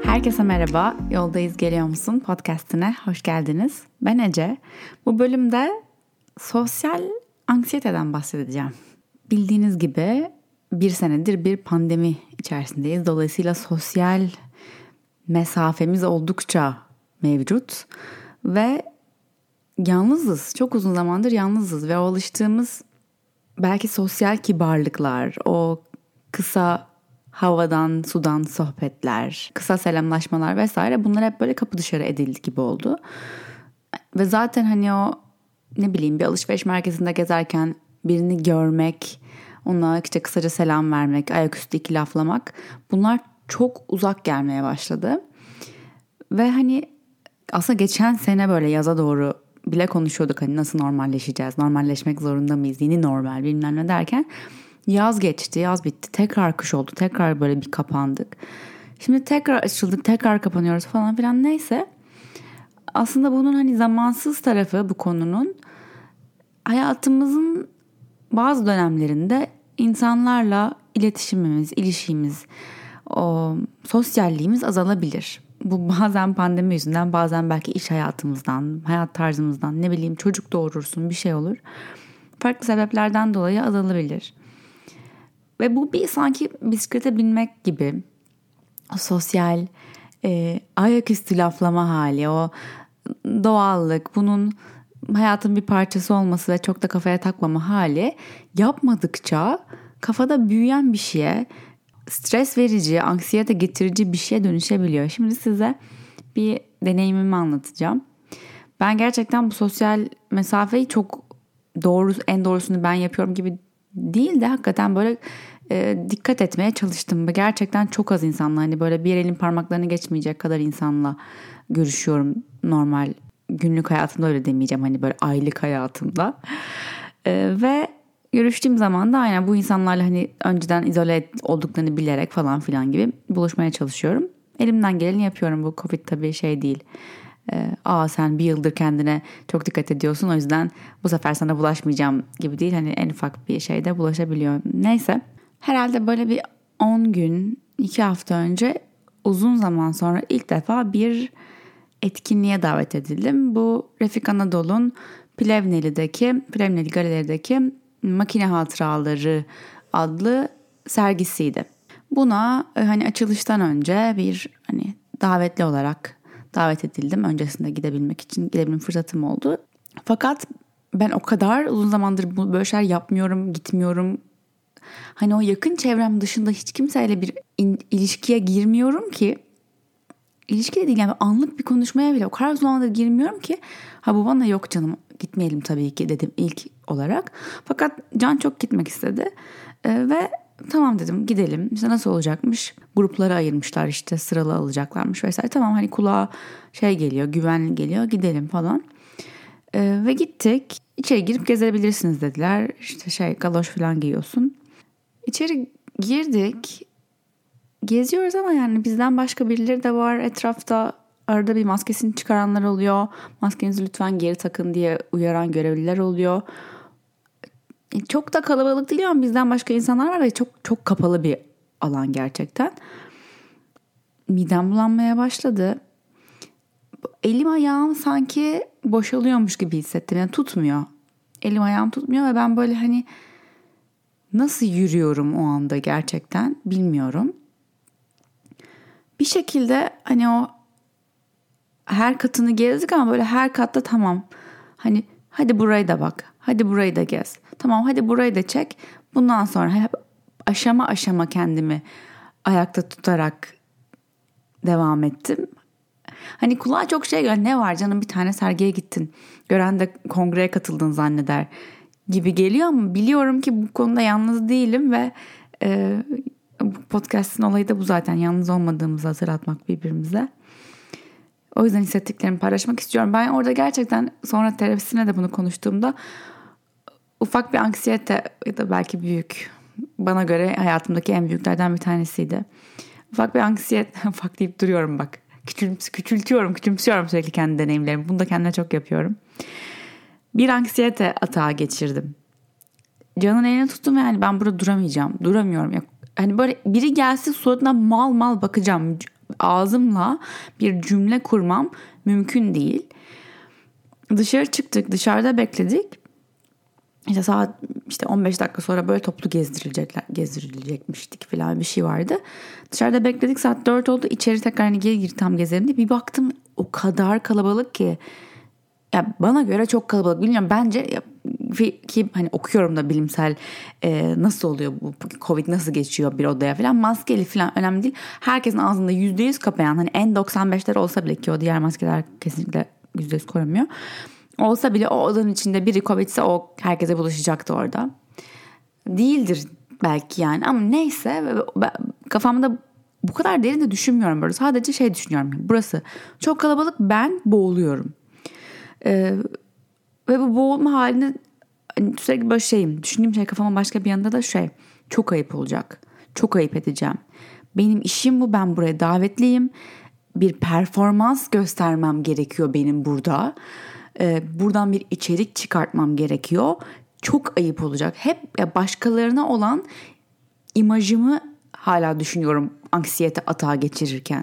Herkese merhaba, Yoldayız Geliyor Musun podcastine hoş geldiniz. Ben Ece. Bu bölümde sosyal anksiyeteden bahsedeceğim. Bildiğiniz gibi bir senedir bir pandemi içerisindeyiz. Dolayısıyla sosyal mesafemiz oldukça mevcut. Ve yalnızız, çok uzun zamandır yalnızız. Ve o alıştığımız belki sosyal kibarlıklar, o kısa havadan sudan sohbetler, kısa selamlaşmalar vesaire bunlar hep böyle kapı dışarı edildi gibi oldu. Ve zaten hani o bir alışveriş merkezinde gezerken birini görmek, ona işte kısaca selam vermek, ayaküstü iki laflamak bunlar çok uzak gelmeye başladı. Ve hani aslında geçen sene böyle yaza doğru bile konuşuyorduk hani nasıl normalleşeceğiz, normalleşmek zorunda mıyız, yeni normal bilmem ne derken yaz geçti, yaz bitti. Tekrar kış oldu. Tekrar böyle bir kapandık. Şimdi tekrar açıldık, tekrar kapanıyoruz falan filan neyse. Aslında bunun hani zamansız tarafı bu konunun hayatımızın bazı dönemlerinde insanlarla iletişimimiz, ilişkimiz, o sosyalliğimiz azalabilir. Bu bazen pandemi yüzünden, bazen belki iş hayatımızdan, hayat tarzımızdan, çocuk doğurursun bir şey olur. Farklı sebeplerden dolayı azalabilir. Ve bu bir sanki bisiklete binmek gibi o sosyal ayaküstü laflama hali, o doğallık, bunun hayatın bir parçası olması ve çok da kafaya takmama hali yapmadıkça kafada büyüyen bir şeye, stres verici, anksiyete getirici bir şeye dönüşebiliyor. Şimdi size bir deneyimimi anlatacağım. Ben gerçekten bu sosyal mesafeyi çok en doğrusunu ben yapıyorum gibi değil de hakikaten böyle dikkat etmeye çalıştım. Gerçekten çok az insanla hani böyle bir elin parmaklarını geçmeyecek kadar insanla görüşüyorum normal günlük hayatımda, öyle demeyeceğim hani böyle aylık hayatımda. Ve görüştüğüm zaman da aynen bu insanlarla hani önceden izole olduklarını bilerek falan filan gibi buluşmaya çalışıyorum. Elimden geleni yapıyorum. Bu Covid tabii şey değil. Sen bir yıldır kendine çok dikkat ediyorsun o yüzden bu sefer sana bulaşmayacağım gibi değil. Hani en ufak bir şeyde bulaşabiliyor. Neyse. Herhalde böyle bir 10 gün, 2 hafta önce uzun zaman sonra ilk defa bir etkinliğe davet edildim. Bu Refik Anadolu'nun Plevneli Galeri'deki Makine Hatıraları adlı sergisiydi. Buna hani açılıştan önce bir hani davetli olarak davet edildim. Öncesinde gidebilme fırsatım oldu. Fakat ben o kadar uzun zamandır böyle şeyler yapmıyorum, gitmiyorum. Hani o yakın çevrem dışında hiç kimseyle bir ilişkiye girmiyorum ki. İlişki de değil yani anlık bir konuşmaya bile o kadar uzun zamandır girmiyorum ki. Bu bana yok canım gitmeyelim tabii ki dedim ilk olarak. Fakat Can çok gitmek istedi. Ve tamam dedim gidelim. İşte nasıl olacakmış? Gruplara ayırmışlar işte sıralı alacaklarmış vesaire. Tamam hani kulağa şey geliyor, güvenli geliyor, gidelim falan. Ve gittik. İçeri girip gezebilirsiniz dediler. İşte galoş falan giyiyorsun. İçeri girdik. Geziyoruz ama yani bizden başka birileri de var etrafta. Arada bir maskesini çıkaranlar oluyor. Maskenizi lütfen geri takın diye uyaran görevliler oluyor. Çok da kalabalık değil ama bizden başka insanlar var ve çok çok kapalı bir alan gerçekten. Midem bulanmaya başladı. Elim ayağım sanki boşalıyormuş gibi hissettim. Yani tutmuyor. Elim ayağım tutmuyor ve ben böyle hani nasıl yürüyorum o anda gerçekten bilmiyorum. Bir şekilde hani o her katını gezdik ama böyle her katta tamam. Hani hadi burayı da bak. Hadi burayı da gez. Tamam hadi burayı da çek. Bundan sonra hep aşama aşama kendimi ayakta tutarak devam ettim. Hani kulağa çok şey geliyor. Ne var canım bir tane sergiye gittin. Gören de kongreye katıldın zanneder gibi geliyor ama biliyorum ki bu konuda yalnız değilim ve bu podcast'ın olayı da bu zaten. Yalnız olmadığımızı hatırlatmak birbirimize. O yüzden hissettiklerimi paylaşmak istiyorum. Ben orada gerçekten sonra terapisine de bunu konuştuğumda ufak bir anksiyete ya da belki büyük. Bana göre hayatımdaki en büyüklerden bir tanesiydi. Ufak bir anksiyete, ufak deyip duruyorum bak. Küçümsüyorum sürekli kendi deneyimlerimi. Bunu da kendime çok yapıyorum. Bir anksiyete atağı geçirdim. Can'ın elini tuttum yani ben burada duramayacağım. Duramıyorum. Hani böyle biri gelsin suratına mal mal bakacağım. ağzımla bir cümle kurmam mümkün değil. Dışarı çıktık, dışarıda bekledik. İşte saat 15 dakika sonra böyle toplu gezdirilecekmiştik falan bir şey vardı. Dışarıda bekledik, saat 4 oldu. İçeri tekrar geri tam gezelim diye bir baktım, o kadar kalabalık ki. Ya bana göre çok kalabalık. Bilmiyorum, bence ki hani okuyorum da bilimsel nasıl oluyor bu Covid, nasıl geçiyor bir odaya falan, maskeli falan önemli değil. Herkesin ağzında %100 kapayan, hani N95'ler olsa bile, ki o diğer maskeler kesinlikle %100 korumuyor. Olsa bile o odanın içinde biri Covid'se o herkese bulaşacaktı orada. Değildir belki yani, ama neyse, kafamda bu kadar derin de düşünmüyorum böyle. Sadece düşünüyorum. Burası çok kalabalık, ben boğuluyorum. Ve bu boğulma halinde hani sürekli böyle düşündüğüm kafamın başka bir yanında da çok ayıp olacak. Çok ayıp edeceğim. Benim işim bu, ben buraya davetliyim. Bir performans göstermem gerekiyor benim burada. Buradan bir içerik çıkartmam gerekiyor. Çok ayıp olacak. Hep başkalarına olan imajımı hala düşünüyorum anksiyete atağı geçirirken.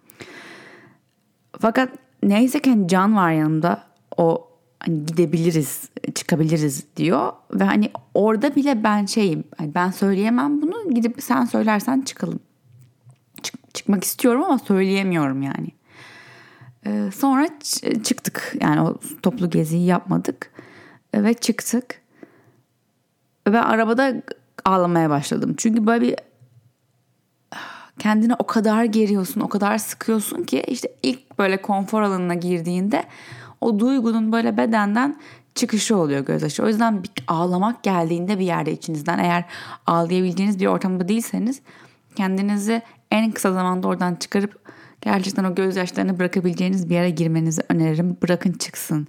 Fakat neyse ki Can var yanımda. O hani gidebiliriz, çıkabiliriz diyor. Ve hani orada bile ben ben söyleyemem bunu. Gidip sen söylersen çıkalım. Çıkmak istiyorum ama söyleyemiyorum yani. Sonra çıktık. Yani o toplu geziyi yapmadık. Ve çıktık. Ve arabada ağlamaya başladım. Çünkü böyle bir kendini o kadar geriyorsun, o kadar sıkıyorsun ki işte ilk böyle konfor alanına girdiğinde o duygunun böyle bedenden çıkışı oluyor, gözyaşı. O yüzden bir ağlamak geldiğinde bir yerde içinizden, eğer ağlayabileceğiniz bir ortamda değilseniz, kendinizi en kısa zamanda oradan çıkarıp gerçekten o gözyaşlarını bırakabileceğiniz bir yere girmenizi öneririm. Bırakın çıksın.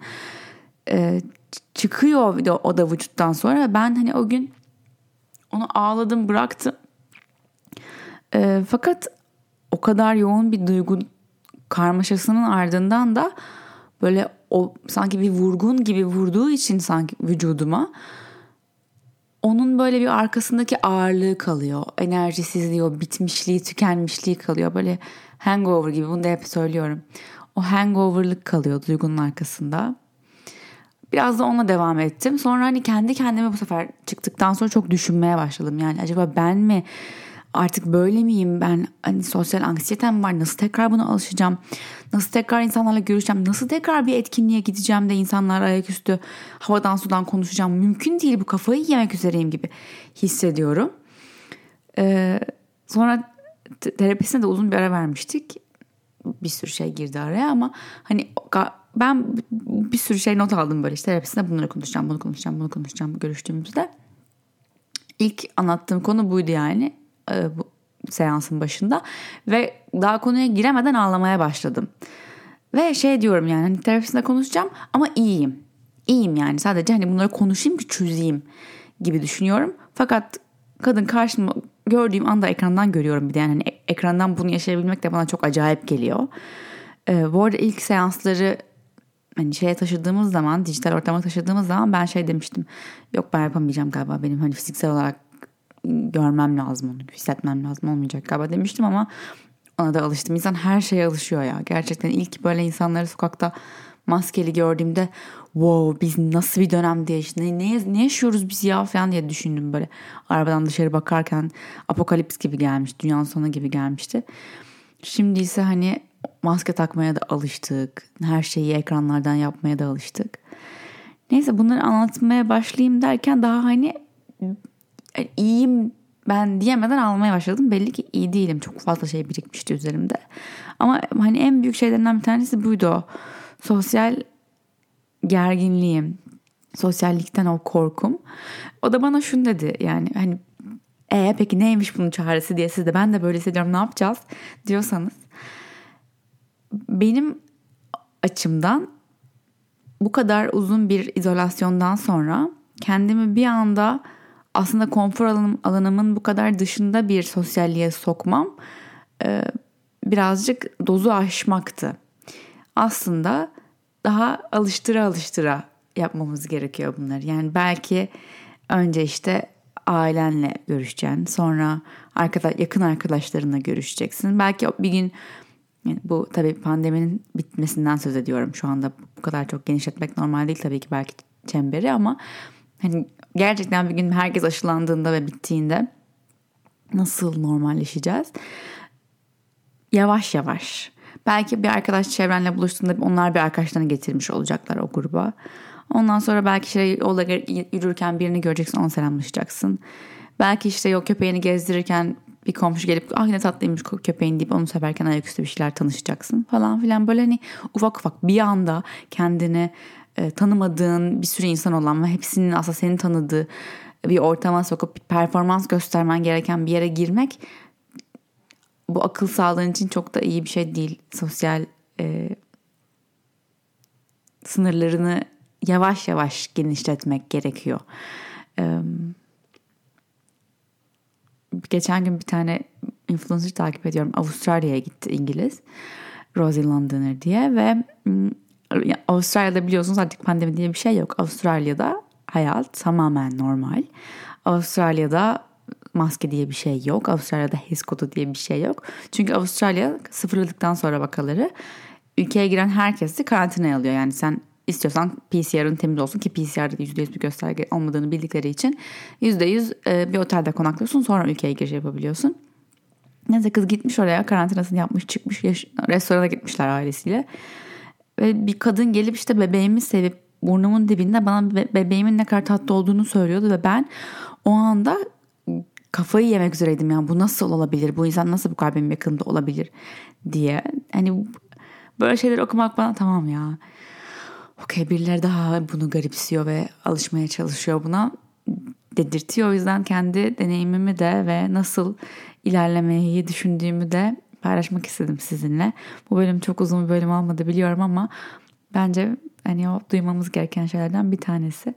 Çıkıyor o da vücuttan sonra. Ben hani o gün onu ağladım, bıraktım. Fakat o kadar yoğun bir duygu karmaşasının ardından da böyle o sanki bir vurgun gibi vurduğu için sanki vücuduma, onun böyle bir arkasındaki ağırlığı kalıyor. Enerjisizliği, o bitmişliği, tükenmişliği kalıyor. Böyle hangover gibi, bunu da hep söylüyorum. O hangoverlık kalıyor duygunun arkasında. Biraz da ona devam ettim. Sonra hani kendi kendime bu sefer çıktıktan sonra çok düşünmeye başladım. Yani acaba ben mi artık böyle miyim? Ben hani sosyal anksiyetem var. Nasıl tekrar buna alışacağım? Nasıl tekrar insanlarla görüşeceğim? Nasıl tekrar bir etkinliğe gideceğim de insanlarla ayaküstü havadan sudan konuşacağım? Mümkün değil, bu, kafayı yemek üzereyim gibi hissediyorum. Sonra terapisine de uzun bir ara vermiştik. Bir sürü şey girdi araya ama hani ben bir sürü not aldım böyle, işte terapisinde bunları konuşacağım, bunu konuşacağım görüştüğümüzde. İlk anlattığım konu buydu yani, bu seansın başında, ve daha konuya giremeden ağlamaya başladım. Ve diyorum yani, hani terapisinde konuşacağım ama iyiyim. İyiyim yani, sadece hani bunları konuşayım ki çözeyim gibi düşünüyorum. Fakat kadın karşımda gördüğüm anda ekrandan görüyorum bir de, yani hani ekrandan bunu yaşayabilmek de bana çok acayip geliyor. Bu arada ilk seansları hani taşıdığımız zaman, dijital ortama taşıdığımız zaman ben demiştim. Yok, ben yapamayacağım galiba, benim hani fiziksel olarak görmem lazım, onu hissetmem lazım, olmayacak galiba demiştim, ama ona da alıştım. İnsan her şeye alışıyor ya. Gerçekten ilk böyle insanları sokakta maskeli gördüğümde wow, biz nasıl bir dönemde ne yaşıyoruz biz ya falan diye düşündüm böyle. Arabadan dışarı bakarken apokalips gibi gelmiş, dünyanın sonu gibi gelmişti. Şimdi ise hani maske takmaya da alıştık. Her şeyi ekranlardan yapmaya da alıştık. Neyse, bunları anlatmaya başlayayım derken daha hani iyiyim ben diyemeden ağlamaya başladım. Belli ki iyi değilim. Çok fazla şey birikmişti üzerimde. Ama hani en büyük şeylerinden bir tanesi buydu o. Sosyal gerginliğim. Sosyallikten o korkum. O da bana şunu dedi yani, hani peki neymiş bunun çaresi diye, siz de ben de böyle hissediyorum, ne yapacağız diyorsanız, benim açımdan bu kadar uzun bir izolasyondan sonra kendimi bir anda aslında konfor alanımın bu kadar dışında bir sosyalliğe sokmam birazcık dozu aşmaktı. Aslında daha alıştıra yapmamız gerekiyor bunları. Yani belki önce ailenle görüşeceksin. Sonra yakın arkadaşlarınla görüşeceksin. Belki bir gün, yani bu tabii pandeminin bitmesinden söz ediyorum. Şu anda bu kadar çok genişletmek normal değil tabii ki, belki çemberi, ama hani gerçekten bir gün herkes aşılandığında ve bittiğinde nasıl normalleşeceğiz? Yavaş yavaş. Belki bir arkadaş çevrenle buluştuğunda onlar bir arkadaşlarını getirmiş olacaklar o gruba. Ondan sonra belki yolda yürürken birini göreceksin, ona selamlaşacaksın. Belki o köpeğini gezdirirken bir komşu gelip ne tatlıymış köpeğin deyip onu severken ayaküstü bir şeyler tanışacaksın falan filan. Böyle hani ufak ufak bir anda kendini tanımadığın bir sürü insan olan ve hepsinin aslında seni tanıdığı bir ortama sokup bir performans göstermen gereken bir yere girmek, bu akıl sağlığın için çok da iyi bir şey değil. Sosyal sınırlarını yavaş yavaş genişletmek gerekiyor. Geçen gün bir tane influencer takip ediyorum. Avustralya'ya gitti, İngiliz. Rosie Londoner diye ve Avustralya'da biliyorsunuz artık pandemi diye bir şey yok. Avustralya'da hayat tamamen normal. Avustralya'da maske diye bir şey yok. Avustralya'da HES kodu diye bir şey yok. Çünkü Avustralya sıfırladıktan sonra vakaları ülkeye giren herkesi karantinaya alıyor. Yani sen istiyorsan PCR'ın temiz olsun, ki PCR'da %100 bir gösterge olmadığını bildikleri için %100 bir otelde konaklıyorsun, sonra ülkeye giriş yapabiliyorsun. Neyse, kız gitmiş oraya, karantinasını yapmış, çıkmış, restorana gitmişler ailesiyle. Ve bir kadın gelip bebeğimi sevip burnumun dibinde bana bebeğimin ne kadar tatlı olduğunu söylüyordu ve ben o anda kafayı yemek üzereydim. Yani bu nasıl olabilir? Bu insan nasıl bu kadar benim yakınımda olabilir diye. Hani böyle şeyleri okumak bana tamam ya. Okey, birileri daha bunu garipsiyor ve alışmaya çalışıyor buna dedirtiyor. O yüzden kendi deneyimimi de ve nasıl ilerlemeyi düşündüğümü de paylaşmak istedim sizinle. Bu bölüm çok uzun bir bölüm olmadı biliyorum ama bence hani o duymamız gereken şeylerden bir tanesi.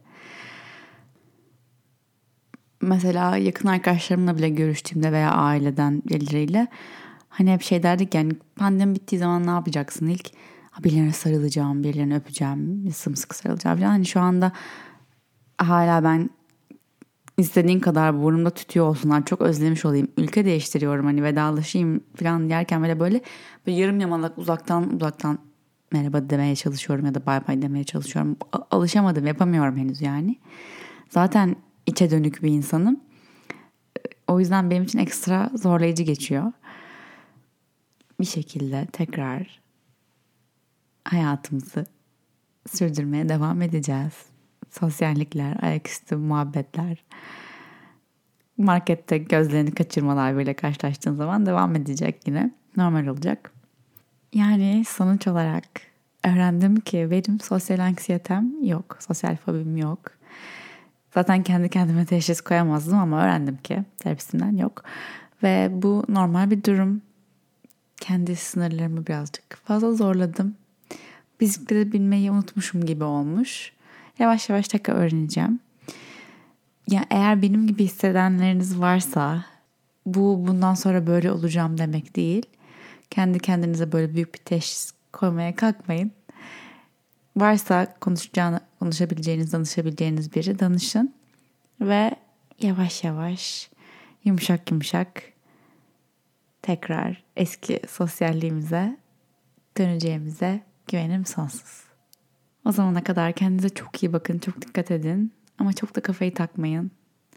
Mesela yakın arkadaşlarımla bile görüştüğümde veya aileden birileriyle hani hep derdik, yani pandemi bittiği zaman ne yapacaksın ilk? Birilerine sarılacağım, birilerini öpeceğim, sımsıkı sarılacağım falan. Hani şu anda hala ben istediğin kadar burnumda tütüyor olsunlar, çok özlemiş olayım, ülke değiştiriyorum, hani vedalaşayım falan derken böyle yarım yamalak uzaktan merhaba demeye çalışıyorum ya da bay bay demeye çalışıyorum. Alışamadım, yapamıyorum henüz yani. Zaten içe dönük bir insanım. O yüzden benim için ekstra zorlayıcı geçiyor. Bir şekilde tekrar hayatımızı sürdürmeye devam edeceğiz. Sosyallikler, ayaküstü muhabbetler, markette gözlerini kaçırmalar bile karşılaştığın zaman devam edecek yine. Normal olacak. Yani sonuç olarak öğrendim ki benim sosyal anksiyetem yok. Sosyal fobim yok. Zaten kendi kendime teşhis koyamazdım ama öğrendim ki terapistimden yok. Ve bu normal bir durum. Kendi sınırlarımı birazcık fazla zorladım. Bisiklete binmeyi unutmuşum gibi olmuş. Yavaş yavaş tekrar öğreneceğim. Ya eğer benim gibi hissedenleriniz varsa bundan sonra böyle olacağım demek değil. Kendi kendinize böyle büyük bir teşhis koymaya kalkmayın. Varsa konuşabileceğiniz, danışabileceğiniz biri, danışın. Ve yavaş yavaş, yumuşak yumuşak tekrar eski sosyalliğimize döneceğimize güvenim sonsuz. O zamana kadar kendinize çok iyi bakın, çok dikkat edin. Ama çok da kafayı takmayın.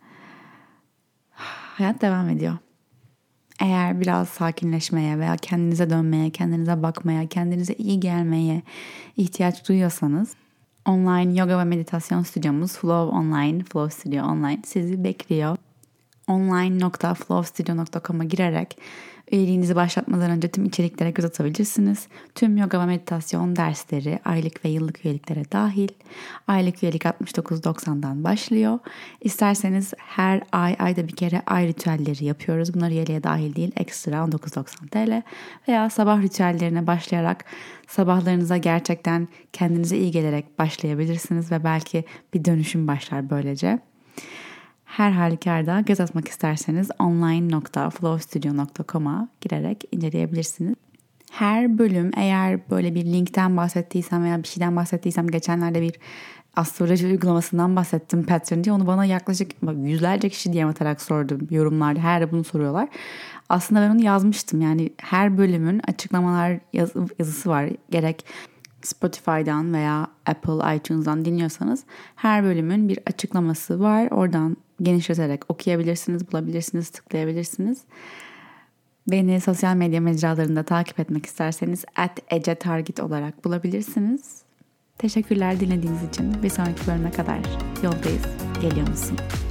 Hayat devam ediyor. Eğer biraz sakinleşmeye veya kendinize dönmeye, kendinize bakmaya, kendinize iyi gelmeye ihtiyaç duyuyorsanız online yoga ve meditasyon stüdyomuz Flow Studio Online sizi bekliyor. online.flowstudio.com'a girerek üyeliğinizi başlatmadan önce tüm içeriklere göz atabilirsiniz. Tüm yoga ve meditasyon dersleri aylık ve yıllık üyeliklere dahil. Aylık üyelik 69.90'dan başlıyor. İsterseniz her ayda bir kere ay ritüelleri yapıyoruz. Bunlar üyeliğe dahil değil, ekstra 19.90 TL. Veya sabah ritüellerine başlayarak sabahlarınıza gerçekten kendinize iyi gelerek başlayabilirsiniz ve belki bir dönüşüm başlar böylece. Her halükarda göz atmak isterseniz online.flowstudio.com'a girerek inceleyebilirsiniz. Her bölüm, eğer böyle bir linkten bahsettiysem veya bir şeyden bahsettiysem, geçenlerde bir astroloji uygulamasından bahsettim, Patreon diye. Onu bana yaklaşık yüzlerce kişi DM atarak sordu yorumlarda. Her de bunu soruyorlar. Aslında ben onu yazmıştım. Yani her bölümün açıklamalar yazısı var. Gerek Spotify'dan veya Apple iTunes'dan dinliyorsanız her bölümün bir açıklaması var. Oradan genişleterek okuyabilirsiniz, bulabilirsiniz, tıklayabilirsiniz. Beni sosyal medya mecralarında takip etmek isterseniz @ecetargit olarak bulabilirsiniz. Teşekkürler dinlediğiniz için. Bir sonraki bölüme kadar yoldayız. Geliyor musun?